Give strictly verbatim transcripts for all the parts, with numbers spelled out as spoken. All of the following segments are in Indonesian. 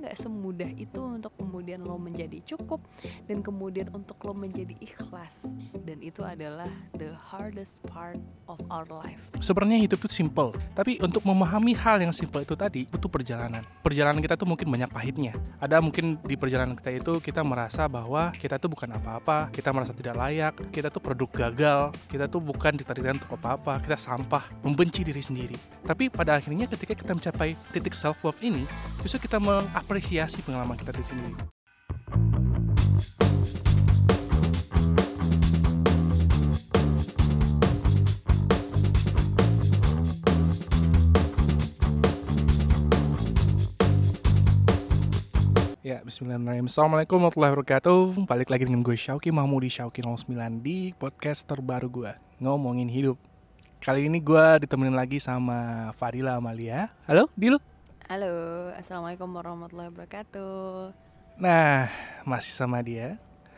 gak semudah itu untuk kemudian lo menjadi cukup dan kemudian untuk lo menjadi ikhlas. Dan itu adalah the hardest part of our life. Sebenarnya hidup itu simple, tapi untuk memahami hal yang simple itu tadi butuh perjalanan. Perjalanan kita tuh mungkin banyak pahitnya. Ada mungkin di perjalanan kita itu kita merasa bahwa kita tuh bukan apa-apa, kita merasa tidak layak, kita tuh produk gagal, kita tuh bukan ditakdirkan untuk apa-apa, kita sampah, membenci diri sendiri. Tapi pada akhirnya ketika kita mencapai titik self love ini, justru kita mengapresiasi pengalaman kita itu sendiri. Ya, bismillahirrahmanirrahim. Assalamualaikum warahmatullahi wabarakatuh. Balik lagi dengan gue Syauki Mahmudi Syauki nol sembilan di podcast terbaru gue, Ngomongin Hidup. Kali ini gue ditemenin lagi sama Fadila Amalia. Halo, Dil. Halo, assalamualaikum warahmatullahi wabarakatuh. Nah, masih sama dia.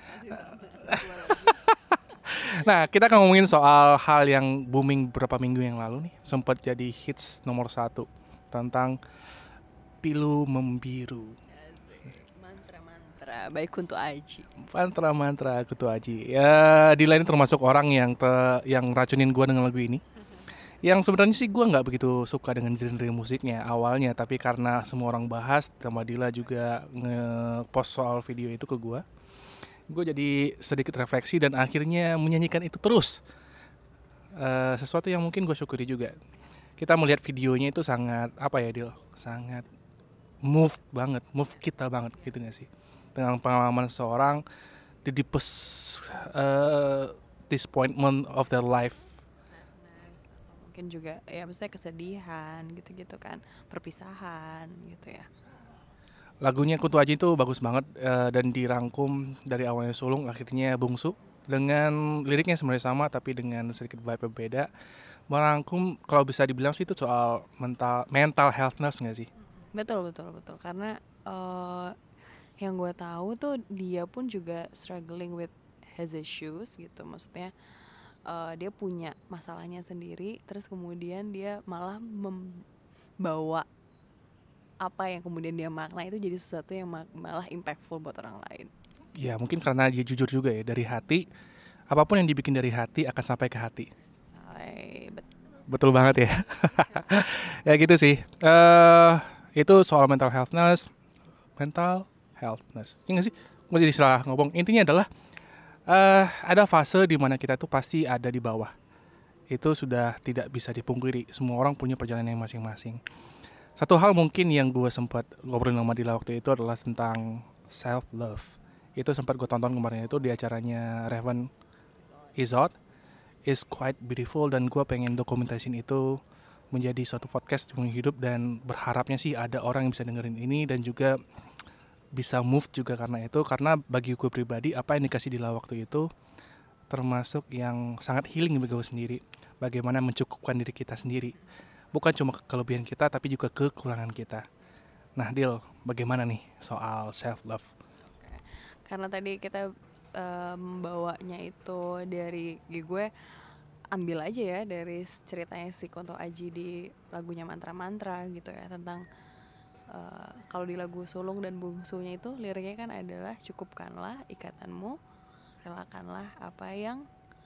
Nah, kita akan ngomongin soal hal yang booming beberapa minggu yang lalu nih. Sempat jadi hits nomor satu tentang pilu membiru. Mantra-mantra baik untuk Aji. Mantra-mantra Ketua Aji. Ya, Dila ini termasuk orang yang te, yang racunin gue dengan lagu ini. Yang sebenarnya sih gue nggak begitu suka dengan genre musiknya awalnya, tapi karena semua orang bahas, sama Dila juga nge-post soal video itu ke gue, gue jadi sedikit refleksi dan akhirnya menyanyikan itu terus. Uh, sesuatu yang mungkin gue syukuri juga. Kita melihat videonya itu sangat apa ya, Dil? Sangat move banget, move kita banget gitu nggak sih? Dengan pengalaman seorang the deepest uh, disappointment of their life. Mungkin juga ya maksudnya kesedihan gitu-gitu kan, perpisahan gitu ya. Lagunya Kunto Aji itu bagus banget uh, dan dirangkum dari awalnya sulung akhirnya bungsu dengan liriknya sebenarnya sama tapi dengan sedikit vibe berbeda. Merangkum kalau bisa dibilang sih itu soal mental mental healthness nggak sih? Betul betul betul karena uh, yang gue tahu tuh dia pun juga struggling with his issues gitu, maksudnya uh, dia punya masalahnya sendiri, terus kemudian dia malah membawa apa yang kemudian dia makna itu jadi sesuatu yang malah impactful buat orang lain. Ya mungkin karena dia jujur juga ya, dari hati, apapun yang dibikin dari hati akan sampai ke hati. Say, bet- Betul banget ya. Ya gitu sih. Uh, itu soal mental healthness, mental healthness. Ini nggak sih? Gue jadi salah ngomong. Intinya adalah uh, ada fase di mana kita tuh pasti ada di bawah. Itu sudah tidak bisa dipungkiri. Semua orang punya perjalanan yang masing-masing. Satu hal mungkin yang gue sempat ngobrolin sama Dila waktu itu adalah tentang self love. Itu sempat gue tonton kemarin itu di acaranya Revan Izod. Is quite beautiful dan gue pengen dokumentasin itu menjadi suatu podcast yang hidup dan berharapnya sih ada orang yang bisa dengerin ini dan juga bisa move juga karena itu. Karena bagi gue pribadi apa yang dikasih Dila waktu itu termasuk yang sangat healing bagi gue sendiri. Bagaimana mencukupkan diri kita sendiri, bukan cuma kelebihan kita tapi juga kekurangan kita. Nah Dil, bagaimana nih soal self love? Oke. Karena tadi kita uh, membawanya itu dari gue ambil aja ya dari ceritanya si Kunto Aji di lagunya Mantra-Mantra gitu ya, tentang uh, kalau di lagu Sulung dan Bungsunya itu liriknya kan adalah cukupkanlah ikatanmu, relakanlah apa yang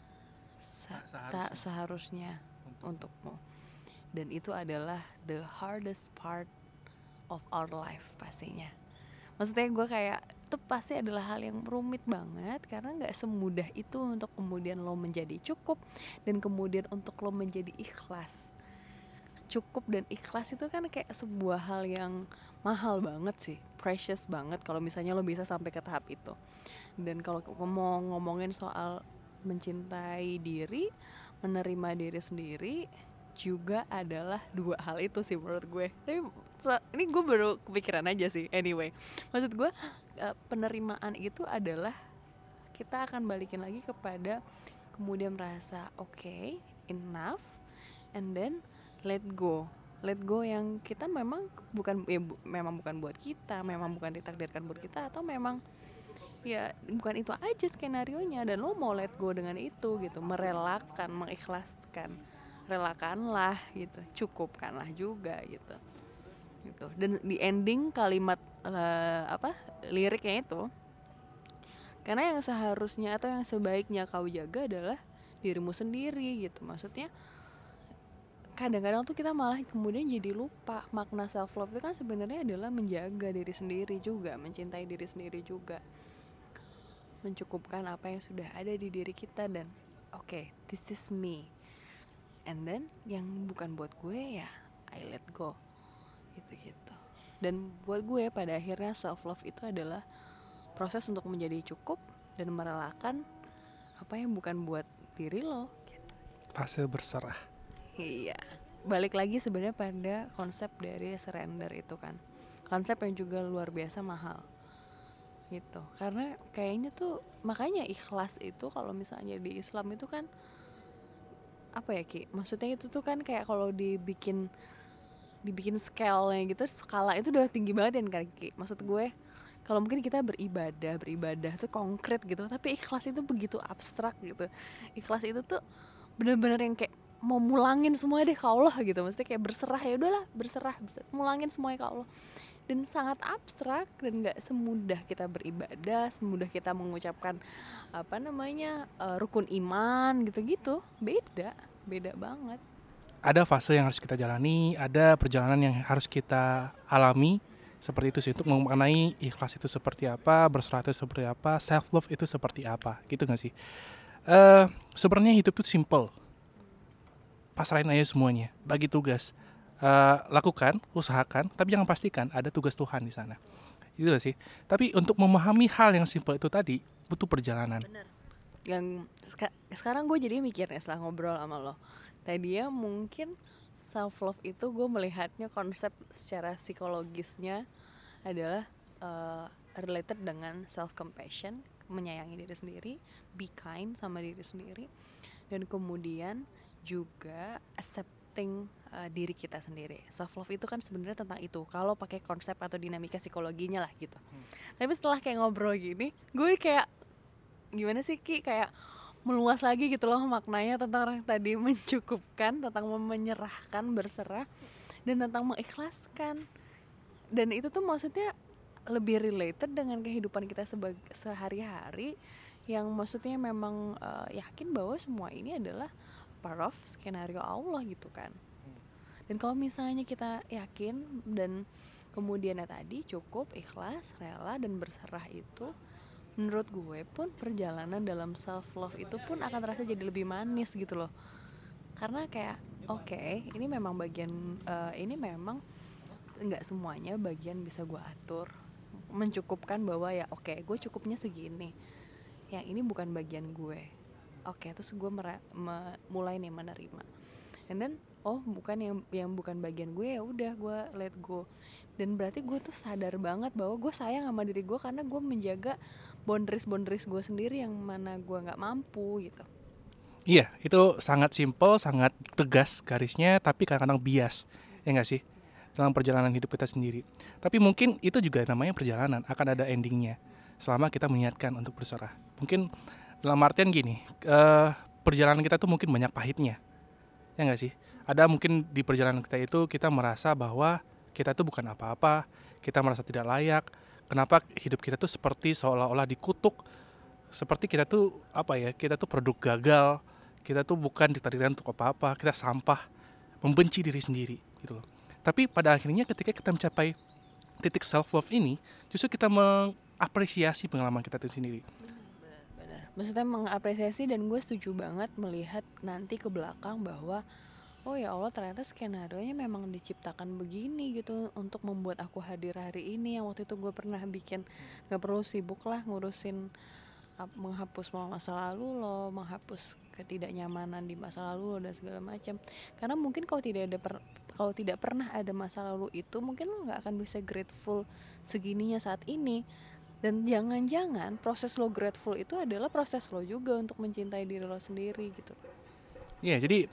sa- seharusnya. tak seharusnya untukmu. Dan itu adalah the hardest part of our life pastinya. Maksudnya gue kayak itu pasti adalah hal yang rumit banget karena gak semudah itu untuk kemudian lo menjadi cukup dan kemudian untuk lo menjadi ikhlas. Cukup dan ikhlas itu kan kayak sebuah hal yang mahal banget sih, precious banget kalau misalnya lo bisa sampai ke tahap itu. Dan kalau ngomong ngomongin soal mencintai diri, menerima diri sendiri juga adalah dua hal itu sih menurut gue. Tapi ini gue baru kepikiran aja sih. Anyway, maksud gue penerimaan itu adalah kita akan balikin lagi kepada kemudian merasa oke, okay, enough, and then let go. Let go yang kita memang bukan ya, bu, memang bukan buat kita, memang bukan ditakdirkan buat kita, atau memang ya bukan itu aja skenarionya dan lo mau let go dengan itu gitu, merelakan, mengikhlaskan. Relakanlah gitu, cukupkanlah juga gitu. gitu. Dan di ending kalimat uh, apa liriknya itu, karena yang seharusnya atau yang sebaiknya kau jaga adalah dirimu sendiri gitu. Maksudnya kadang-kadang tuh kita malah kemudian jadi lupa makna self love itu kan sebenarnya adalah menjaga diri sendiri juga, mencintai diri sendiri juga, mencukupkan apa yang sudah ada di diri kita dan oke, okay, this is me, and then yang bukan buat gue ya I let go gitu-gitu. Dan buat gue pada akhirnya self love itu adalah proses untuk menjadi cukup dan merelakan apa yang bukan buat diri lo gitu. Fase berserah. Iya, balik lagi sebenarnya pada konsep dari surrender itu kan, konsep yang juga luar biasa mahal gitu. Karena kayaknya tuh makanya ikhlas itu kalau misalnya di Islam itu kan apa ya Ki, maksudnya itu tuh kan kayak kalau dibikin dibikin scale-nya gitu, skala itu udah tinggi banget kan Ki. Maksud gue kalau mungkin kita beribadah beribadah tuh konkret gitu, tapi ikhlas itu begitu abstrak gitu. Ikhlas itu tuh benar-benar yang kayak mau mulangin semua deh ke Allah gitu, maksudnya kayak berserah, ya udahlah berserah, berserah mulangin semuanya ke Allah. Dan sangat abstrak dan nggak semudah kita beribadah, semudah kita mengucapkan apa namanya uh, rukun iman gitu-gitu. Beda, beda banget. Ada fase yang harus kita jalani, ada perjalanan yang harus kita alami. Seperti itu sih, untuk mengenai ikhlas itu seperti apa, berserah itu seperti apa, self love itu seperti apa, gitu nggak sih? Uh, sebenarnya hidup itu simple. Pasrahin aja semuanya, bagi tugas, uh, lakukan, usahakan, tapi jangan pastikan ada tugas Tuhan di sana. Itu sih. Tapi untuk memahami hal yang simpel itu tadi butuh perjalanan. Bener. Yang seka- sekarang gue jadi mikir ya setelah ngobrol sama lo. Tadi ya mungkin self love itu gue melihatnya konsep secara psikologisnya adalah uh, related dengan self compassion, menyayangi diri sendiri, be kind sama diri sendiri, dan kemudian juga accepting uh, diri kita sendiri. Self love itu kan sebenarnya tentang itu kalau pakai konsep atau dinamika psikologinya lah gitu. Hmm. Tapi setelah kayak ngobrol gini, gue kayak gimana sih Ki, kayak meluas lagi gitu loh maknanya tentang orang tadi, mencukupkan, tentang menyerahkan, berserah, dan tentang mengikhlaskan. Dan itu tuh maksudnya lebih related dengan kehidupan kita sebagai sehari-hari, yang maksudnya memang uh, yakin bahwa semua ini adalah part of skenario Allah gitu kan. Dan kalau misalnya kita yakin dan kemudian ya tadi cukup, ikhlas, rela, dan berserah itu, menurut gue pun perjalanan dalam self love itu pun akan terasa jadi lebih manis gitu loh. Karena kayak oke, okay, ini memang bagian uh, ini memang nggak semuanya bagian bisa gue atur, mencukupkan bahwa ya oke, okay, gue cukupnya segini, yang ini bukan bagian gue. Oke, okay, terus gue mera- me- mulai nih menerima, and then oh bukan yang yang bukan bagian gue, ya udah gue let go. Dan berarti gue tuh sadar banget bahwa gue sayang sama diri gue karena gue menjaga boundaries boundaries gue sendiri yang mana gue nggak mampu gitu. Iya, itu sangat simple, sangat tegas garisnya, tapi kadang-kadang bias, ya nggak sih, dalam perjalanan hidup kita sendiri. Tapi mungkin itu juga namanya perjalanan, akan ada endingnya selama kita meniatkan untuk berserah. Mungkin dalam artian gini, uh, perjalanan kita tuh mungkin banyak pahitnya, ya nggak sih? Ada mungkin di perjalanan kita itu kita merasa bahwa kita tuh bukan apa-apa, kita merasa tidak layak. Kenapa hidup kita tuh seperti seolah-olah dikutuk, seperti kita tuh apa ya? Kita tuh produk gagal, kita tuh bukan ditakdirkan untuk apa-apa, kita sampah, membenci diri sendiri, gitu loh. Tapi pada akhirnya ketika kita mencapai titik self love ini, justru kita mengapresiasi pengalaman kita itu sendiri. Benar, maksudnya mengapresiasi, dan gue setuju banget melihat nanti ke belakang bahwa oh ya Allah, ternyata skenarionya memang diciptakan begini gitu untuk membuat aku hadir hari ini. Yang waktu itu gue pernah bikin gak perlu sibuk lah ngurusin uh, menghapus masa lalu lo, menghapus ketidaknyamanan di masa lalu lo dan segala macam. Karena mungkin kalau tidak ada per, kalau tidak pernah ada masa lalu itu, mungkin lo gak akan bisa grateful segininya saat ini. Dan jangan-jangan proses lo grateful itu adalah proses lo juga untuk mencintai diri lo sendiri gitu. Iya, jadi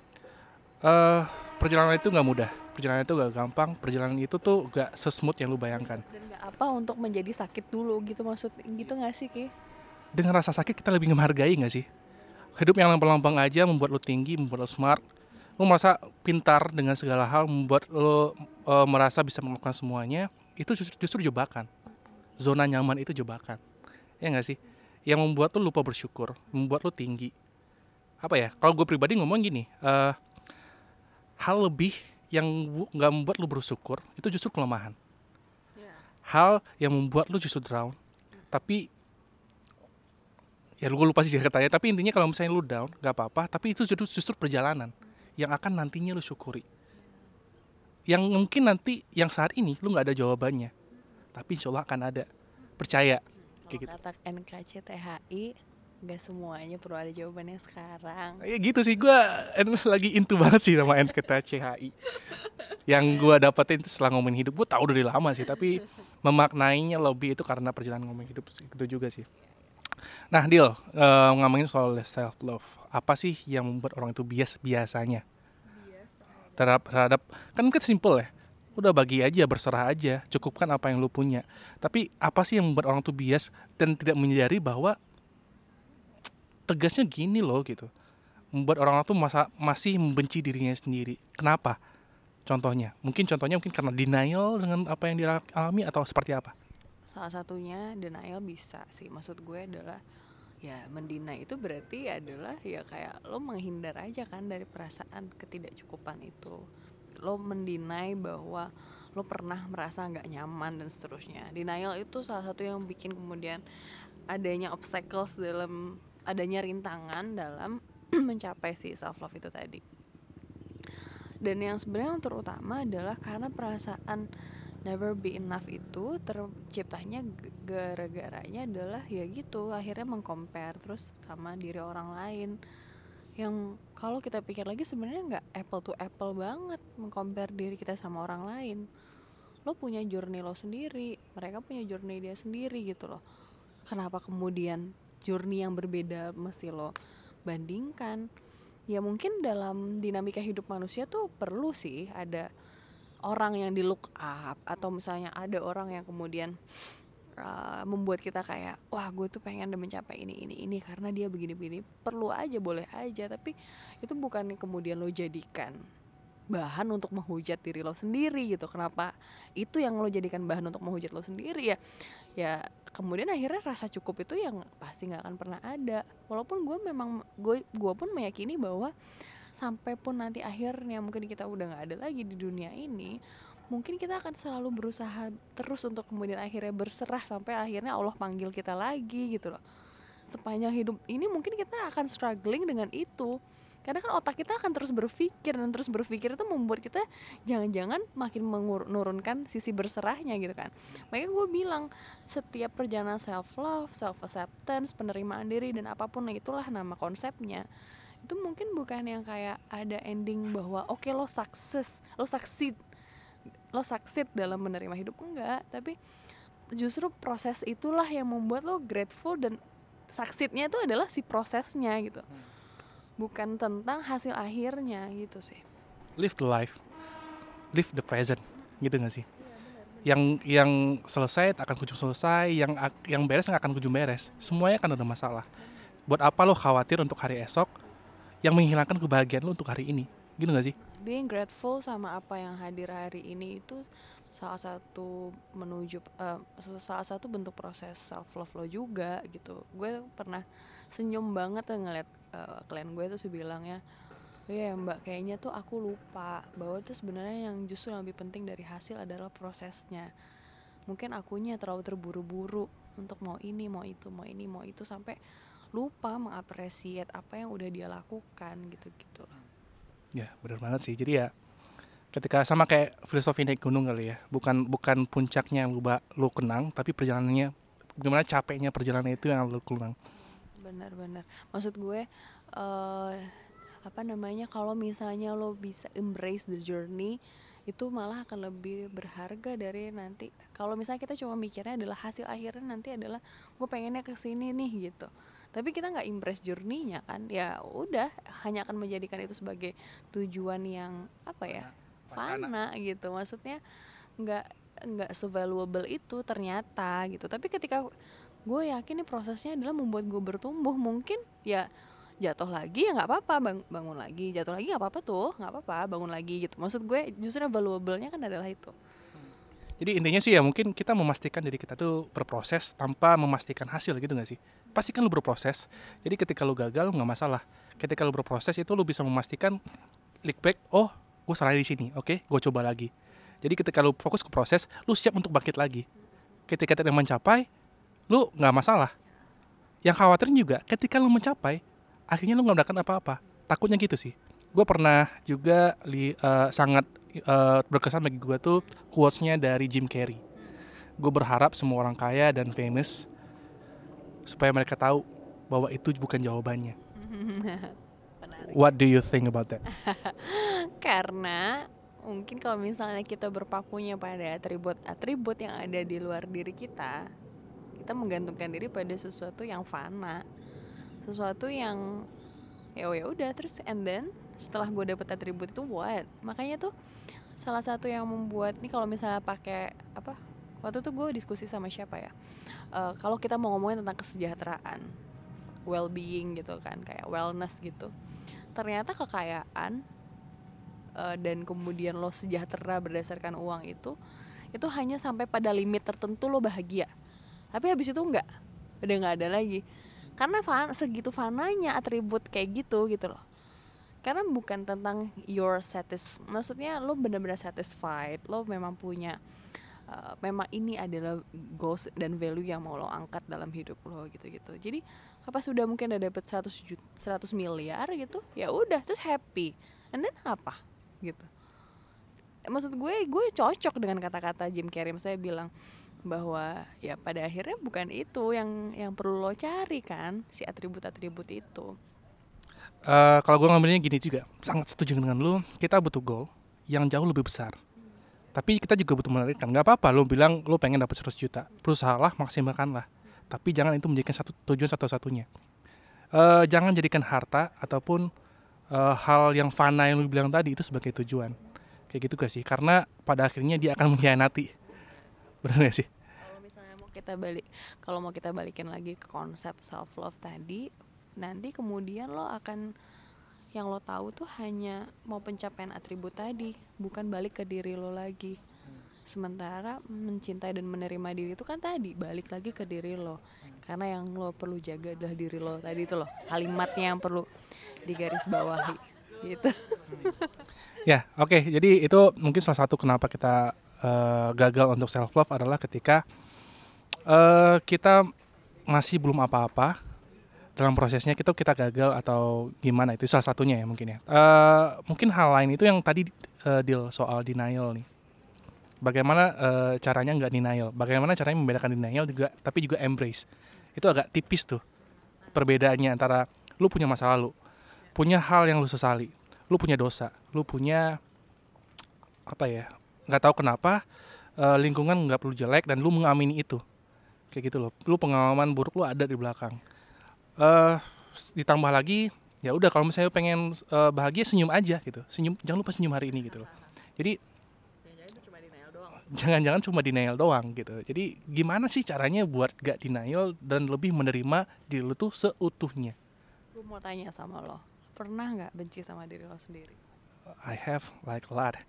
Uh, perjalanan itu gak mudah, perjalanan itu gak gampang, perjalanan itu tuh gak sesmooth yang lu bayangkan. Dan gak apa untuk menjadi sakit dulu gitu, maksud gitu gak sih Ki? Dengan rasa sakit kita lebih menghargai gak sih? Hidup yang lambang-lambang aja membuat lu tinggi, membuat lu smart, Lo merasa pintar dengan segala hal, membuat lo uh, merasa bisa melakukan semuanya, itu justru, justru jebakan. Zona nyaman itu jebakan, ya nggak sih? Yang membuat lo lupa bersyukur, membuat lo tinggi. Apa ya? Kalau gue pribadi ngomong gini, uh, hal lebih yang nggak membuat lo bersyukur itu justru kelemahan. Hal yang membuat lo justru down, tapi ya gue lupa sih katanya. Tapi intinya kalau misalnya lo down, nggak apa-apa. Tapi itu justru, justru perjalanan yang akan nantinya lo syukuri. Yang mungkin nanti, yang saat ini lo nggak ada jawabannya, tapi insya Allah akan ada. Percaya. Kayak gitu. Kata N K C T H I, nggak semuanya perlu ada jawabannya sekarang. Ya gitu sih, gue lagi into banget sih sama N K C T H I. Yang gue dapetin itu setelah ngomongin hidup, gue tahu dari lama sih, tapi memaknainya lebih itu karena perjalanan ngomongin hidup itu juga sih. Nah, Dil, uh, ngomongin soal self love, apa sih yang membuat orang itu bias biasanya? Bias terhadap, terhadap kan kan simple ya. Udah bagi aja, berserah aja, cukupkan apa yang lu punya. Tapi apa sih yang membuat orang itu bias dan tidak menyadari bahwa tegasnya gini loh gitu. Membuat orang tuh masa, masih membenci dirinya sendiri. Kenapa? Contohnya, mungkin contohnya mungkin karena denial dengan apa yang dia alami atau seperti apa? Salah satunya denial bisa sih. Maksud gue adalah ya mendinai itu berarti adalah ya kayak lo menghindar aja kan dari perasaan ketidakcukupan itu. Lo mendinai bahwa lo pernah merasa gak nyaman dan seterusnya. Denial itu salah satu yang bikin kemudian adanya obstacles dalam, adanya rintangan dalam mencapai si self love itu tadi. Dan yang sebenarnya yang terutama adalah karena perasaan never be enough itu terciptanya gara-garanya adalah ya gitu, akhirnya mengcompare terus sama diri orang lain. Yang kalau kita pikir lagi sebenarnya nggak apple to apple banget mengcompare diri kita sama orang lain. Lo punya journey lo sendiri, mereka punya journey dia sendiri gitu loh. Kenapa kemudian journey yang berbeda mesti lo bandingkan? Ya mungkin dalam dinamika hidup manusia tuh perlu sih ada orang yang di look up, atau misalnya ada orang yang kemudian uh, membuat kita kayak wah gue tuh pengen mencapai ini ini ini karena dia begini-begini. Perlu aja, boleh aja, tapi itu bukan kemudian lo jadikan bahan untuk menghujat diri lo sendiri gitu. Kenapa itu yang lo jadikan bahan untuk menghujat lo sendiri? Ya ya kemudian akhirnya rasa cukup itu yang pasti nggak akan pernah ada. Walaupun gue memang gue gue pun meyakini bahwa sampai pun nanti akhirnya mungkin kita udah nggak ada lagi di dunia ini, mungkin kita akan selalu berusaha terus untuk kemudian akhirnya berserah sampai akhirnya Allah panggil kita lagi gitu loh. Sepanjang hidup ini mungkin kita akan struggling dengan itu. Karena kan otak kita akan terus berpikir, dan terus berpikir itu membuat kita jangan-jangan makin menurunkan sisi berserahnya gitu kan. Makanya gue bilang setiap perjalanan self love, self acceptance, penerimaan diri dan apapun itulah nama konsepnya, itu mungkin bukan yang kayak ada ending bahwa oke okay, lo sukses, lo succeed, lo succeed dalam menerima hidup, enggak. Tapi justru proses itulah yang membuat lo grateful, dan succeednya itu adalah si prosesnya gitu. Bukan tentang hasil akhirnya gitu sih. Live the life, live the present, gitu nggak sih? Yang yang selesai akan kunjung selesai, yang yang beres nggak akan kunjung beres. Semuanya akan ada masalah. Buat apa lo khawatir untuk hari esok yang menghilangkan kebahagiaan lo untuk hari ini, gitu nggak sih? Being grateful sama apa yang hadir hari ini itu salah satu menuju uh, salah satu bentuk proses self love lo juga gitu. Gue pernah senyum banget tuh ngeliat uh, klien gue tuh bilangnya, ya mbak kayaknya tuh aku lupa bahwa tuh sebenarnya yang justru yang lebih penting dari hasil adalah prosesnya. Mungkin akunya terlalu terburu-buru untuk mau ini mau itu mau ini mau itu sampai lupa mengapresiat apa yang udah dia lakukan gitu-gitu. Ya benar banget sih. Jadi ya ketika sama kayak filosofi naik gunung kali ya, bukan bukan puncaknya yang lu, lu kenang, tapi perjalanannya, gimana capeknya perjalanan itu yang lu kenang. Benar-benar. Maksud gue uh, apa namanya, kalau misalnya lo bisa embrace the journey, itu malah akan lebih berharga dari nanti. Kalau misalnya kita cuma mikirnya adalah hasil akhirnya nanti adalah gue pengennya kesini nih gitu, tapi kita nggak embrace journey-nya kan, ya udah hanya akan menjadikan itu sebagai tujuan yang apa ya, fana gitu. Maksudnya nggak nggak se-valuable itu ternyata gitu. Tapi ketika gue yakin nih prosesnya adalah membuat gue bertumbuh, mungkin ya jatuh lagi ya nggak apa-apa, bang- bangun lagi, jatuh lagi nggak apa-apa tuh, nggak apa-apa, bangun lagi gitu. Maksud gue justru valuable-nya kan adalah itu. Jadi intinya sih ya mungkin kita memastikan diri kita tuh berproses tanpa memastikan hasil gitu gak sih? Pasti kan lu berproses, jadi ketika lu gagal nggak masalah. Ketika lu berproses itu lu bisa memastikan look back, oh gue salah di sini, oke gue coba lagi. Jadi ketika lu fokus ke proses, lu siap untuk bangkit lagi. Ketika tidak mencapai, lu nggak masalah. Yang khawatir juga ketika lu mencapai, akhirnya lu nggak mendapatkan apa-apa. Takutnya gitu sih. Gue pernah juga li, eh, sangat eh, berkesan bagi gue tuh quotes-nya dari Jim Carrey. Gue berharap semua orang kaya dan famous supaya mereka tahu bahwa itu bukan jawabannya. Menarik. What do you think about that? Karena mungkin kalau misalnya kita berpakunya pada atribut-atribut yang ada di luar diri kita, kita menggantungkan diri pada sesuatu yang fana, sesuatu yang ya ya udah terus and then setelah gue dapet atribut itu what? Makanya tuh salah satu yang membuat nih kalau misalnya pakai apa? Waktu itu gue diskusi sama siapa ya? Uh, kalau kita mau ngomongin tentang kesejahteraan, well-being gitu kan, kayak wellness gitu. Ternyata kekayaan uh, dan kemudian lo sejahtera berdasarkan uang itu itu hanya sampai pada limit tertentu lo bahagia, tapi habis itu enggak, udah nggak ada lagi karena fan, segitu fananya atribut kayak gitu gitu loh. Karena bukan tentang your satis, maksudnya lo benar-benar satisfied, lo memang punya uh, memang ini adalah goals dan value yang mau lo angkat dalam hidup lo gitu-gitu. Jadi pas sudah mungkin udah dapet seratus juta, seratus miliar gitu, ya udah terus happy. And then apa gitu. Maksud gue gue cocok dengan kata-kata Jim Carrey, saya bilang bahwa ya pada akhirnya bukan itu yang yang perlu lo cari kan, si atribut-atribut itu. Uh, kalau gue ngambilnya gini juga, sangat setuju dengan lu. Kita butuh goal yang jauh lebih besar. Tapi kita juga butuh menarikkan. Gak apa-apa lu bilang lu pengen dapat seratus juta, berusahalah, maksimalkanlah. Tapi jangan itu menjadikan satu tujuan satu-satunya. Uh, jangan jadikan harta ataupun uh, hal yang fana yang lu bilang tadi itu sebagai tujuan. Kayak gitu gak sih? Karena pada akhirnya dia akan mengkhianati. Benar gak sih? Kalau misalnya mau kita balik, kalau mau kita balikin lagi ke konsep self love tadi, nanti kemudian lo akan yang lo tahu tuh hanya mau pencapaian atribut tadi, bukan balik ke diri lo lagi. Sementara mencintai dan menerima diri itu kan tadi balik lagi ke diri lo, karena yang lo perlu jaga adalah diri lo tadi itu loh, kalimatnya yang perlu digarisbawahi gitu. Ya, oke. Okay. Jadi itu mungkin salah satu kenapa kita uh, gagal untuk self love adalah ketika uh, kita masih belum apa-apa dalam prosesnya, kita kita gagal atau gimana, itu salah satunya ya mungkin ya. Uh, mungkin hal lain itu yang tadi uh, deal soal denial nih. Bagaimana uh, caranya nggak denial? Bagaimana caranya membedakan denial juga, tapi juga embrace. Itu agak tipis tuh perbedaannya antara lu punya masa lalu, punya hal yang lu sesali, lu punya dosa, lu punya apa ya? Nggak tahu kenapa uh, lingkungan nggak perlu jelek dan lu mengamini itu, kayak gitu loh. Lu pengalaman buruk lu ada di belakang. Uh, ditambah lagi ya udah, kalau misalnya pengen uh, bahagia, senyum aja gitu, senyum, jangan lupa senyum hari ini gitu loh. Jadi jangan-jangan cuma denial doang gitu. Jadi gimana sih caranya buat gak denial dan lebih menerima diri lu tuh seutuhnya? Gue mau tanya sama lo, pernah nggak benci sama diri lo sendiri? I have like a lot.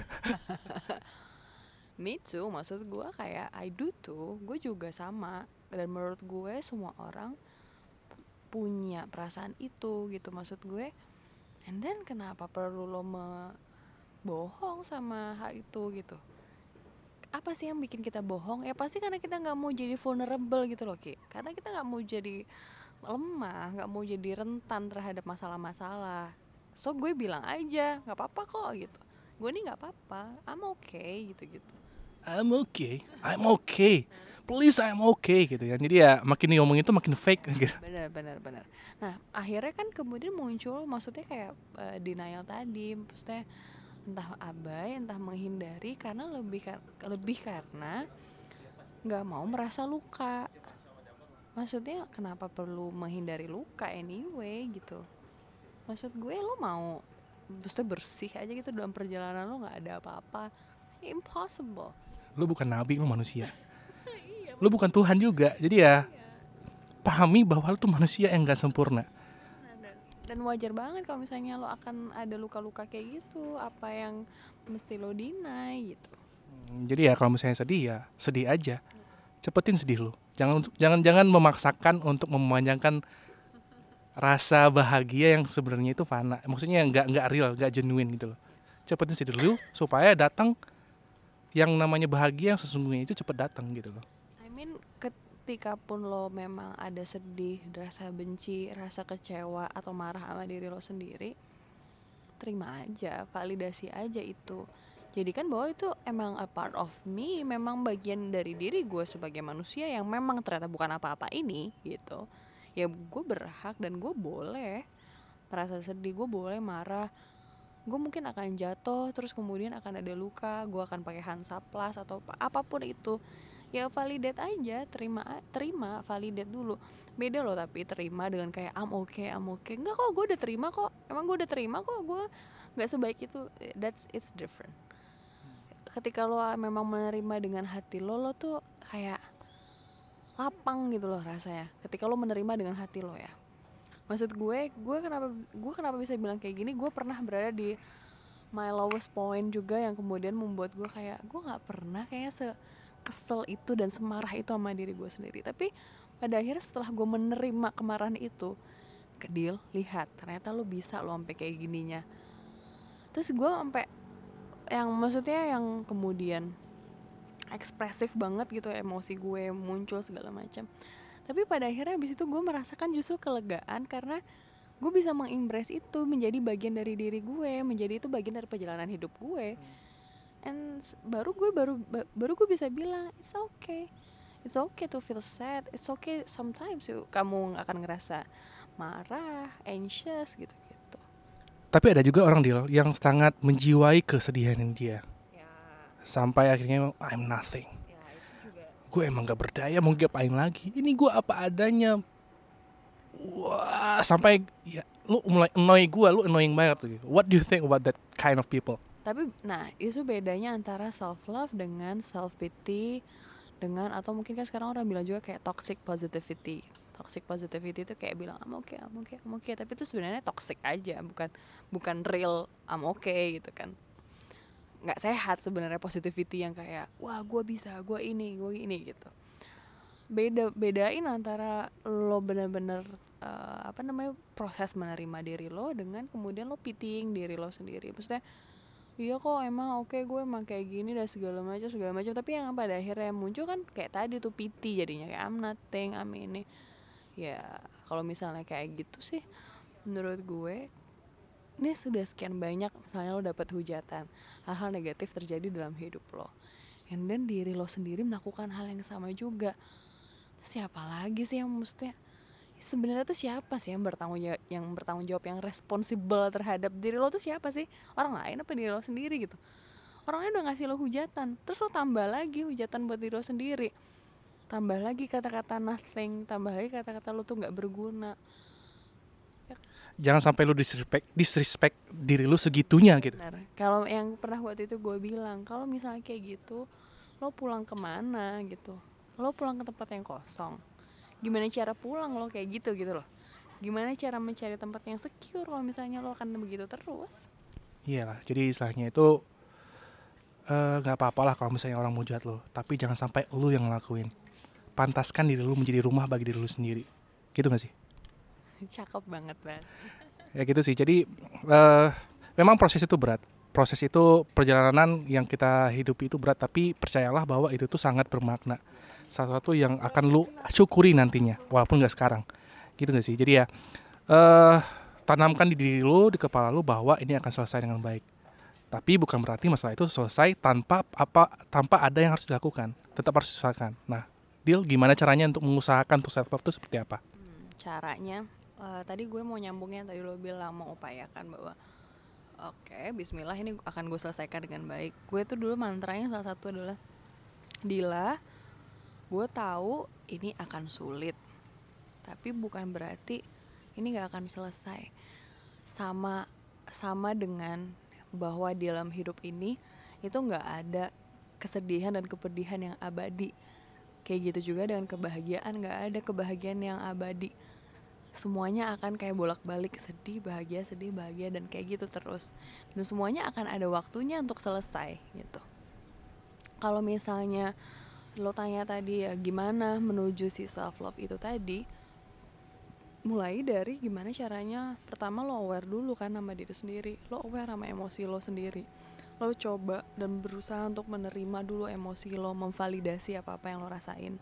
Me too, maksud gue kayak I do too, gue juga sama. Dan menurut gue semua orang punya perasaan itu gitu, maksud gue. And then kenapa perlu lo bohong sama hal itu gitu? Apa sih yang bikin kita bohong? Ya pasti karena kita nggak mau jadi vulnerable gitu loh Ki. Karena kita nggak mau jadi lemah, nggak mau jadi rentan terhadap masalah-masalah. So gue bilang aja nggak apa-apa kok gitu. Gue nih nggak apa-apa, I'm okay gitu-gitu. I'm okay, I'm okay. Please I'm okay gitu kan. Jadi ya makin ngomong itu makin fake gitu. Benar benar benar. Nah akhirnya kan kemudian muncul maksudnya kayak uh, denial tadi, maksudnya entah abai, entah menghindari karena lebih lebih karena nggak mau merasa luka. Maksudnya kenapa perlu menghindari luka anyway gitu? Maksud gue lo mau maksudnya bersih aja gitu dalam perjalanan lo nggak ada apa-apa, impossible. Lo bukan nabi, lo manusia. Lo bukan Tuhan juga, jadi ya pahami bahwa lo tuh manusia yang nggak sempurna. Dan wajar banget kalau misalnya lo akan ada luka-luka kayak gitu. Apa yang mesti lo deny gitu. Hmm, Jadi ya kalau misalnya sedih ya sedih aja. Cepetin sedih lu. Jangan jangan jangan memaksakan untuk memanjangkan rasa bahagia yang sebenarnya itu fana. Maksudnya nggak nggak real, nggak genuine gitu loh. Cepetin sedih lu supaya datang yang namanya bahagia yang sesungguhnya itu cepet datang gitu loh. I mean ketika pun lo memang ada sedih, rasa benci, rasa kecewa atau marah sama diri lo sendiri, terima aja, validasi aja itu. Jadikan bahwa itu emang a part of me, memang bagian dari diri gue sebagai manusia yang memang ternyata bukan apa-apa ini gitu. Ya gue berhak dan gue boleh merasa sedih, gue boleh marah, gue mungkin akan jatuh, terus kemudian akan ada luka, gue akan pakai Hansaplast atau apapun itu. Ya validate aja, terima terima validate dulu. Beda loh tapi terima dengan kayak I'm okay, I'm okay. Enggak kok, gue udah terima kok. Emang gue udah terima kok, gue nggak sebaik itu. That's it's different. Ketika lo memang menerima dengan hati lo, lo tuh kayak lapang gitu loh rasanya. Ketika lo menerima dengan hati lo ya. Maksud gue, gue kenapa gue kenapa bisa bilang kayak gini? Gue pernah berada di my lowest point juga yang kemudian membuat gue kayak gue nggak pernah kayaknya sekesel itu dan semarah itu sama diri gue sendiri. Tapi pada akhirnya setelah gue menerima kemarahan itu, Kedil, lihat ternyata lo bisa lo sampai kayak gininya. Terus gue sampai yang maksudnya yang kemudian ekspresif banget gitu emosi gue muncul segala macam. Tapi pada akhirnya abis itu gue merasakan justru kelegaan karena gue bisa mengembrace itu menjadi bagian dari diri gue, menjadi itu bagian dari perjalanan hidup gue. And baru gue baru baru gue bisa bilang it's okay, it's okay to feel sad, it's okay sometimes you, kamu akan ngerasa marah, anxious gitu-gitu. Tapi ada juga orang deal yang sangat menjiwai kesedihan dia. Ya, Sampai akhirnya I'm nothing. ya itu juga. Gue emang gak berdaya, mau ngapain lagi? Ini gue apa adanya. Wah, sampai ya, lu mulai annoy gue, lu annoying banget tuh. What do you think about that kind of people? Tapi nah itu bedanya antara self love dengan self pity, dengan atau mungkin kan sekarang orang bilang juga kayak toxic positivity. Toxic positivity itu kayak bilang I'm okay, I'm okay, I'm okay, tapi itu sebenarnya toxic aja, bukan bukan real I'm okay gitu kan. Nggak sehat sebenarnya positivity yang kayak wah gue bisa, gue ini, gue ini gitu. Beda bedain antara lo benar-benar uh, apa namanya proses menerima diri lo dengan kemudian lo pitying diri lo sendiri. Maksudnya iya kok emang oke okay, gue emang kayak gini dan segala macam segala macam, tapi yang pada akhirnya muncul kan kayak tadi tuh pity jadinya kayak I'm nothing, I'm ini. Ya kalau misalnya kayak gitu sih menurut gue ini sudah sekian banyak misalnya lo dapat hujatan, hal-hal negatif terjadi dalam hidup lo, and then diri lo sendiri melakukan hal yang sama juga. Siapa lagi sih yang mestinya sebenarnya tuh siapa sih yang bertanggung jawab, yang bertanggung jawab yang responsibel terhadap diri lo tuh siapa sih? Orang lain apa diri lo sendiri gitu? Orang lain udah ngasih lo hujatan, terus lo tambah lagi hujatan buat diri lo sendiri, tambah lagi kata-kata nothing, tambah lagi kata-kata lo tuh nggak berguna. Jangan sampai lu disrespect, disrespect diri lu segitunya gitu. Benar. Kalau yang pernah waktu itu gue bilang, kalau misalnya kayak gitu, lo pulang kemana gitu? Lo pulang ke tempat yang kosong. Gimana cara pulang lo kayak gitu gitu loh? Gimana cara mencari tempat yang secure kalau misalnya lo akan begitu terus? Iyalah, jadi istilahnya itu nggak uh, apa-apa lah kalau misalnya orang mau jahat lo, tapi jangan sampai lu yang ngelakuin. Pantaskan diri lu menjadi rumah bagi diri lu sendiri, gitu nggak sih? Cakep banget Bas. Ya gitu sih. Jadi uh, memang proses itu berat. Proses itu perjalanan yang kita hidupi itu berat, tapi percayalah bahwa itu tuh sangat bermakna. Sesuatu yang akan lu syukuri nantinya, walaupun nggak sekarang. Gitu nggak sih? Jadi ya uh, tanamkan di diri lu, di kepala lu bahwa ini akan selesai dengan baik. Tapi bukan berarti masalah itu selesai tanpa apa tanpa ada yang harus dilakukan. Tetap harus diusahakan. Nah, Dil, gimana caranya untuk mengusahakan untuk self love itu seperti apa? Hmm, caranya Uh, tadi gue mau nyambungnya tadi lo bilang mau upayakan bahwa oke okay, bismillah ini akan gue selesaikan dengan baik. Gue tuh dulu mantranya salah satu adalah Dila, gue tahu ini akan sulit, tapi bukan berarti ini gak akan selesai. Sama sama dengan bahwa di dalam hidup ini itu gak ada kesedihan dan kepedihan yang abadi. Kayak gitu juga dengan kebahagiaan, gak ada kebahagiaan yang abadi. semuanya akan kayak bolak-balik, sedih, bahagia, sedih, bahagia, dan kayak gitu terus. Dan semuanya akan ada waktunya untuk selesai gitu. Kalau misalnya lo tanya tadi ya gimana menuju si self love itu tadi, mulai dari gimana caranya. Pertama lo aware dulu kan sama diri sendiri, lo aware sama emosi lo sendiri, lo coba dan berusaha untuk menerima dulu emosi lo, memvalidasi apa-apa yang lo rasain.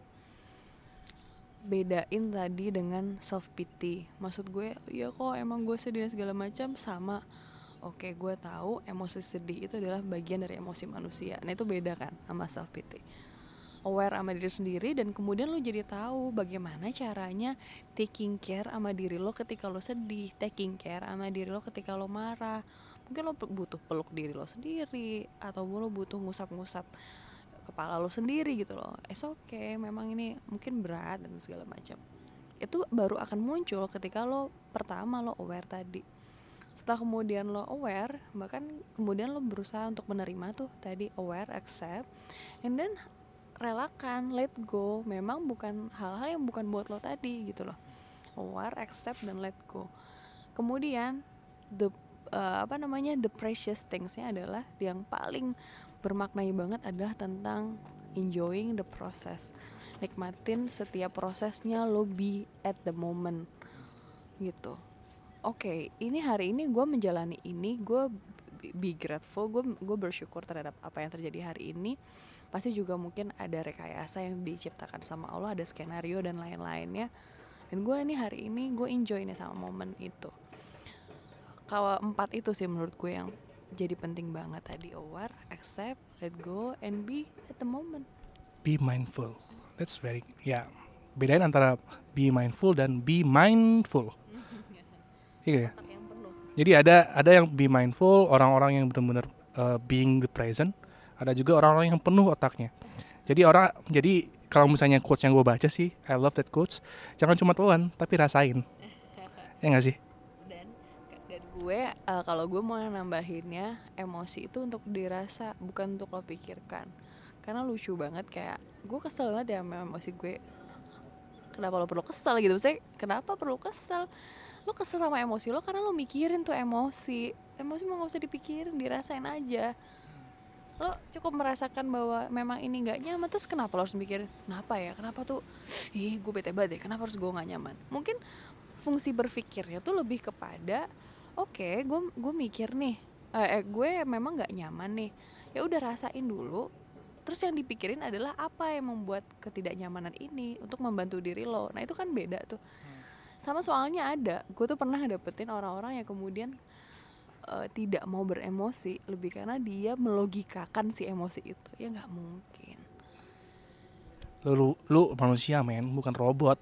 Bedain tadi dengan self pity. Maksud gue, ya kok emang gue sedih dan segala macam sama. Oke, gue tahu emosi sedih itu adalah bagian dari emosi manusia. Nah itu beda kan sama self pity. Aware sama diri sendiri dan kemudian lo jadi tahu bagaimana caranya taking care sama diri lo ketika lo sedih, taking care sama diri lo ketika lo marah. Mungkin lo butuh peluk diri lo sendiri, atau lo butuh ngusap-ngusap kepala lo sendiri gitu loh. It's okay, memang ini mungkin berat dan segala macam. Itu baru akan muncul ketika lo pertama lo aware tadi. Setelah kemudian lo aware, bahkan kemudian lo berusaha untuk menerima tuh tadi, aware, accept, and then relakan, let go. Memang bukan hal-hal yang bukan buat lo tadi gitu loh. Aware, accept, dan let go. Kemudian the uh, apa namanya the precious things-nya adalah yang paling bermaknai banget adalah tentang enjoying the process. Nikmatin setiap prosesnya, lo be at the moment gitu. Oke, okay, ini hari ini gue menjalani ini, gue be grateful, gue gue bersyukur terhadap apa yang terjadi hari ini. Pasti juga mungkin ada rekayasa yang diciptakan sama Allah, ada skenario dan lain-lainnya. Dan gue ini hari ini gue enjoy nih sama momen itu. Kalau empat itu sih menurut gue yang jadi penting banget tadi, aware, accept, let go, and be at the moment. Be mindful. That's very, ya. Yeah. Bedain antara be mindful dan be mindful. Iya. Jadi ada ada yang be mindful, orang-orang yang benar-benar uh, being the present. Ada juga orang-orang yang penuh otaknya. Jadi orang, jadi kalau misalnya quotes yang gue baca sih, I love that quotes. Jangan cuma telan, tapi rasain. Ya nggak sih? Gue uh, kalau gue mau nambahinnya, emosi itu untuk dirasa, bukan untuk lo pikirkan. Karena lucu banget, kayak gue kesel banget ya sama emosi gue. Kenapa lo perlu kesel gitu? Maksudnya kenapa perlu kesel? Lo kesel sama emosi lo karena lo mikirin tuh emosi. Emosi mau gak usah dipikirin, dirasain aja. Lo cukup merasakan bahwa memang ini gak nyaman, terus kenapa lo harus mikirin? Kenapa ya? Kenapa tuh? Ih, gue bete banget ya, kenapa harus gue gak nyaman? Mungkin fungsi berpikirnya tuh lebih kepada, oke, okay, gue gue mikir nih, eh, eh gue memang nggak nyaman nih, ya udah rasain dulu. Terus yang dipikirin adalah apa yang membuat ketidaknyamanan ini untuk membantu diri lo. Nah itu kan beda tuh. Sama soalnya ada, gue tuh pernah dapetin orang-orang yang kemudian uh, tidak mau beremosi, lebih karena dia melogikakan si emosi itu. Ya nggak mungkin. Lu, lu, lu manusia men, bukan robot.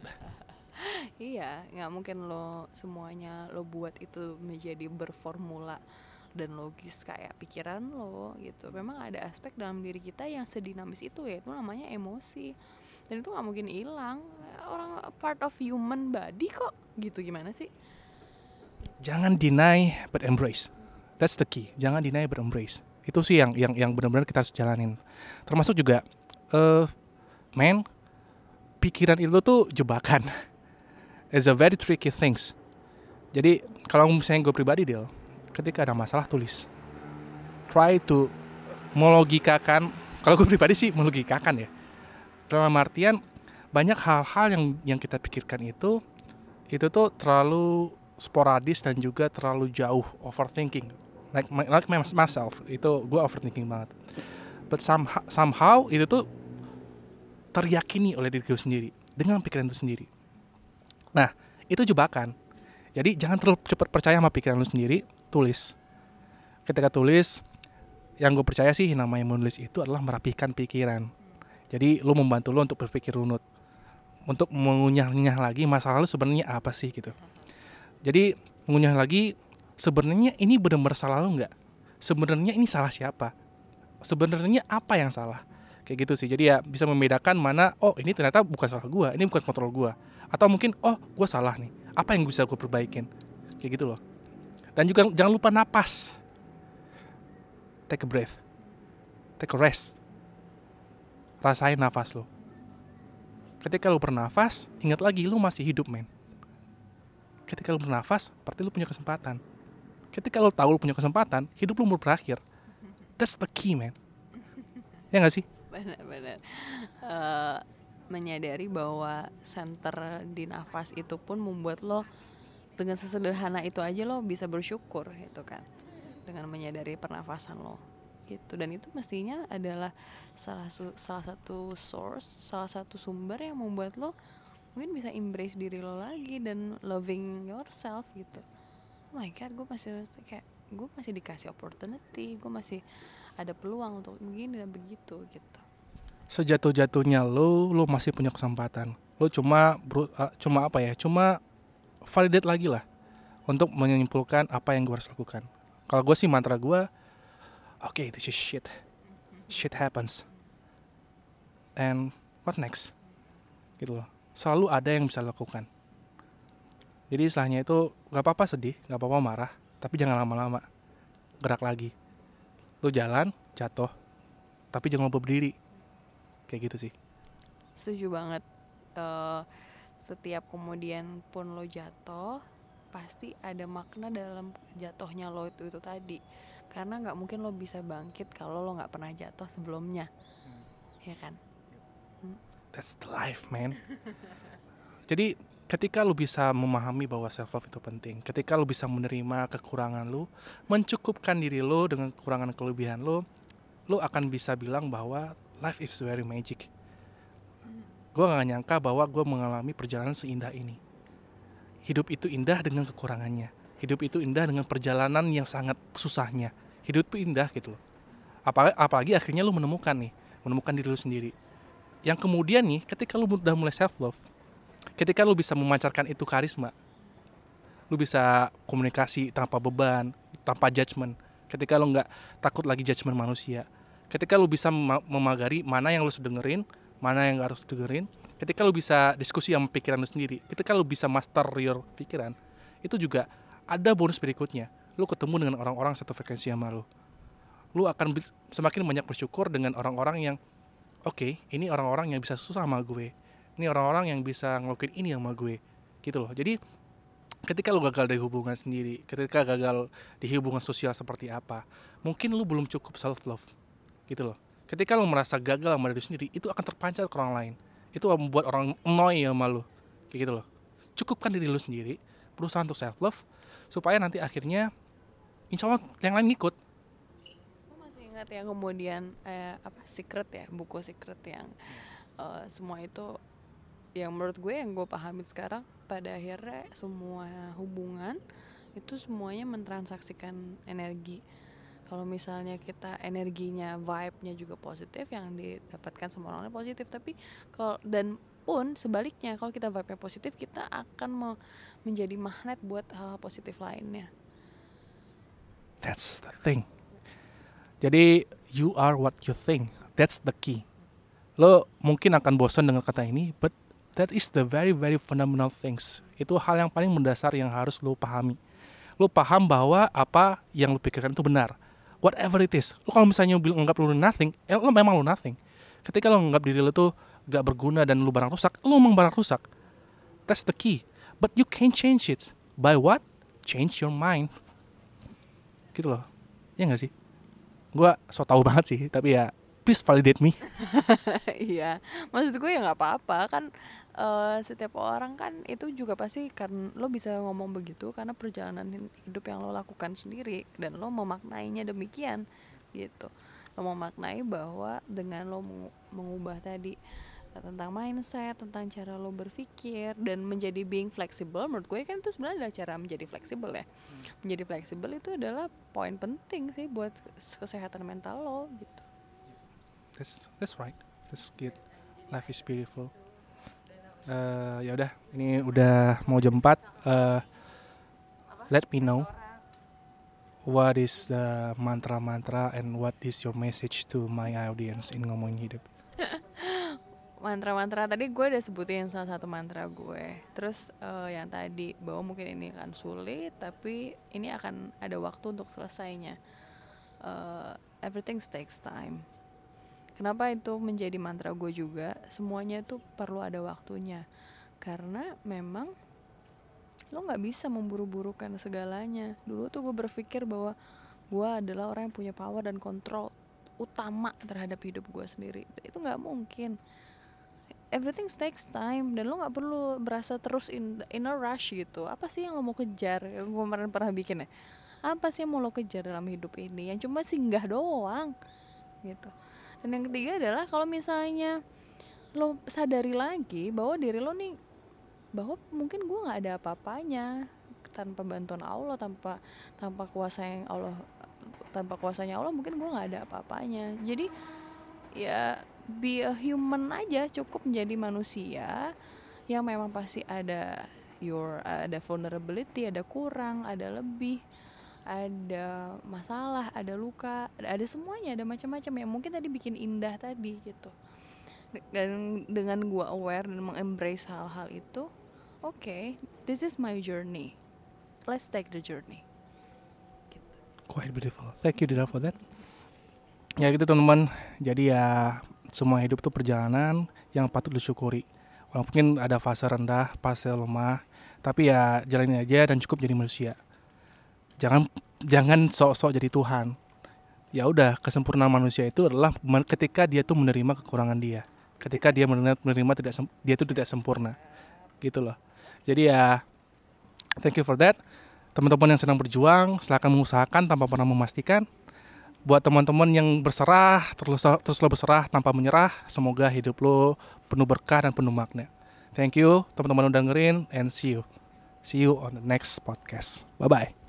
Iya, nggak mungkin lo semuanya lo buat itu menjadi berformula dan logis kayak pikiran lo gitu. Memang ada aspek dalam diri kita yang sedinamis itu, ya itu namanya emosi, dan itu nggak mungkin hilang. Orang part of human body kok gitu, gimana sih? Jangan deny but embrace. That's the key. Jangan deny but embrace. Itu sih yang yang yang benar-benar kita harus jalanin. Termasuk juga, uh, man, pikiran itu tuh jebakan. It's a very tricky things. Jadi kalau misalnya gue pribadi Del, ketika ada masalah tulis. Try to melogikakan. Kalau gue pribadi sih melogikakan ya. Dalam artian banyak hal-hal yang yang kita pikirkan itu itu tuh terlalu sporadis dan juga terlalu jauh, overthinking. Like like myself, itu gue overthinking banget. But somehow, somehow itu tuh teryakini oleh diri gue sendiri dengan pikiran itu sendiri. Nah, itu jebakan. Jadi jangan terlalu cepat percaya sama pikiran lu sendiri, tulis. Ketika tulis, yang gue percaya sih namanya menulis itu adalah merapihkan pikiran. Jadi lu membantu lu untuk berpikir runut, untuk mengunyah-ngunyah lagi masa lalu sebenarnya apa sih gitu. Jadi mengunyah lagi sebenarnya ini benar-benar salah lu nggak? Sebenarnya ini salah siapa? Sebenarnya apa yang salah? Kayak gitu sih. Jadi ya bisa membedakan mana, oh ini ternyata bukan salah gue, ini bukan kontrol gue. Atau mungkin, oh gue salah nih, apa yang bisa gue perbaikin. Kayak gitu loh. Dan juga jangan lupa napas. Take a breath. Take a rest. Rasain nafas lo. Ketika lo bernafas, ingat lagi lo masih hidup men. ketika lu bernafas, berarti lu punya kesempatan. Ketika lu tahu lu punya kesempatan, hidup lu mau berakhir. That's the key, man. Ya nggak sih? Benar-benar. Uh, menyadari bahwa center di nafas itu pun membuat lo dengan sesederhana itu aja lo bisa bersyukur gitu kan, dengan menyadari pernafasan lo gitu. Dan itu mestinya adalah salah su- salah satu source, salah satu sumber yang membuat lo mungkin bisa embrace diri lo lagi dan loving yourself gitu. Oh my god, gue masih kayak gue masih dikasih opportunity, gue masih ada peluang untuk begini dan begitu gitu. Sejatuh-jatuhnya lo, lo masih punya kesempatan. Lo cuma bro, uh, cuma apa ya? Cuma validate lagi lah untuk menyimpulkan apa yang gue harus lakukan. Kalau gue sih mantra gue, oke, okay, this is shit. Shit happens. And what next? Gitu loh. Selalu ada yang bisa lakukan. Jadi istilahnya itu gak apa-apa sedih, gak apa-apa marah, tapi jangan lama-lama. Gerak lagi. Lu jalan, jatuh, tapi jangan lupa berdiri. Kayak gitu sih. Setuju banget. Uh, setiap kemudian pun lo jatuh, pasti ada makna dalam jatuhnya lo itu itu tadi. Karena nggak mungkin lo bisa bangkit kalau lo nggak pernah jatuh sebelumnya, hmm. ya kan? Hmm. That's the life, man. Jadi ketika lo bisa memahami bahwa self love itu penting, ketika lo bisa menerima kekurangan lo, mencukupkan diri lo dengan kekurangan kelebihan lo, lo akan bisa bilang bahwa life is very magic. Gue gak nyangka bahwa gue mengalami perjalanan seindah ini. Hidup itu indah dengan kekurangannya. Hidup itu indah dengan perjalanan yang sangat susahnya. Hidup itu indah gitu loh. Apalagi, apalagi akhirnya lo menemukan nih, menemukan diri lo sendiri. Yang kemudian nih, ketika lo udah mulai self love, ketika lo bisa memancarkan itu karisma, lo bisa komunikasi tanpa beban, tanpa judgement. Ketika lo gak takut lagi judgement manusia. Ketika lo bisa memagari mana yang lo dengerin, mana yang gak harus dengerin. Ketika lo bisa diskusi sama pikiran lo sendiri, ketika lo bisa master your pikiran, itu juga ada bonus berikutnya. Lo ketemu dengan orang-orang satu frekuensi sama lo. Lo akan semakin banyak bersyukur dengan orang-orang yang oke, okay, ini orang-orang yang bisa susah sama gue. Ini orang-orang yang bisa ngelakuin ini sama gue. Gitu loh. Jadi ketika lo gagal dari hubungan sendiri, ketika gagal di hubungan sosial seperti apa, mungkin lo belum cukup self love. Gitu loh. Ketika lo merasa gagal sama diri sendiri, itu akan terpancar ke orang lain. Itu membuat orang annoy sama lo. Kayak gitu loh. Cukupkan diri lo sendiri, berusaha untuk self love, supaya nanti akhirnya insya Allah yang lain ngikut. Aku masih ingat yang kemudian eh, apa Secret ya, buku Secret yang uh, semua itu, yang menurut gue yang gue pahami sekarang, pada akhirnya semua hubungan itu semuanya mentransaksikan energi. Kalau misalnya kita energinya, vibe-nya juga positif, yang didapatkan sama orang lain positif. Tapi kalau dan pun sebaliknya, kalau kita vibe-nya positif, kita akan me- menjadi magnet buat hal positif lainnya. That's the thing. Jadi you are what you think. That's the key. Lo mungkin akan bosan dengan kata ini, but that is the very very fundamental things. Itu hal yang paling mendasar yang harus lo pahami. Lo paham bahwa apa yang lo pikirkan itu benar. Whatever it is. Lo kalau misalnya anggap lo nothing, eh, lo memang lo nothing. Ketika lo anggap diri lo tuh gak berguna dan lo barang rusak, lo memang barang rusak. That's the key. But you can change it. By what? Change your mind. Gitu loh. Ya gak sih? Gue so tau banget sih, tapi ya please validate me. Iya, maksud gue ya gak apa-apa kan. Uh, setiap orang kan itu juga pasti kan lo bisa ngomong begitu karena perjalanan hidup yang lo lakukan sendiri dan lo memaknainya demikian gitu. Lo memaknai bahwa dengan lo mengubah tadi tentang mindset, tentang cara lo berpikir dan menjadi being flexible, menurut gue kan itu sebenarnya adalah cara menjadi fleksibel ya. Hmm. Menjadi fleksibel itu adalah poin penting sih buat kesehatan mental lo gitu. That's that's right. That's good. Life is beautiful. Uh, ya udah, ini udah mau jam empat. Uh, let me know what is the mantra-mantra and what is your message to my audience in Ngomongin Hidup. Mantra-mantra tadi gue udah sebutin salah satu mantra gue. Terus uh, yang tadi bahwa mungkin ini akan sulit, tapi ini akan ada waktu untuk selesainya. Uh, everything takes time. Kenapa itu menjadi mantra gue juga? Semuanya tuh perlu ada waktunya. Karena memang Lo nggak bisa memburu-burukan segalanya. Dulu tuh gue berpikir bahwa gue adalah orang yang punya power dan kontrol utama terhadap hidup gue sendiri. Itu nggak mungkin. Everything takes time, dan lo nggak perlu berasa terus in, in a rush gitu. Apa sih yang lo mau kejar? Yang gue kemarin pernah bikin ya, apa sih yang mau lo kejar dalam hidup ini? Yang cuma singgah doang gitu. Dan yang ketiga adalah kalau misalnya lo sadari lagi bahwa diri lo nih, bahwa mungkin gue nggak ada apa-apanya tanpa bantuan Allah, tanpa tanpa kuasa yang Allah, tanpa kuasanya Allah mungkin gue nggak ada apa-apanya. Jadi ya be a human aja, cukup menjadi manusia yang memang pasti ada your ada vulnerability, ada kurang, ada lebih, ada masalah, ada luka, ada, ada semuanya, ada macam-macam yang mungkin tadi bikin indah tadi gitu. Dan dengan gue aware dan mengembrace hal-hal itu, oke, okay, this is my journey, let's take the journey gitu. Quite beautiful. Thank you Dira for that. Ya gitu teman-teman. Jadi ya semua hidup tuh perjalanan yang patut disyukuri. Walaupun ada fase rendah, fase lemah, tapi ya jalanin aja dan cukup jadi manusia. Jangan jangan sok-sok jadi Tuhan. Ya udah, kesempurnaan manusia itu adalah ketika dia tuh menerima kekurangan dia. Ketika dia menerima, menerima tidak dia itu tidak sempurna. Gitu loh. Jadi ya thank you for that. Teman-teman yang sedang berjuang, silakan mengusahakan tanpa pernah memastikan. Buat teman-teman yang berserah, terus terus lo berserah tanpa menyerah, semoga hidup lo penuh berkah dan penuh makna. Thank you teman-teman udah dengerin, and see you. See you on the next podcast. Bye bye.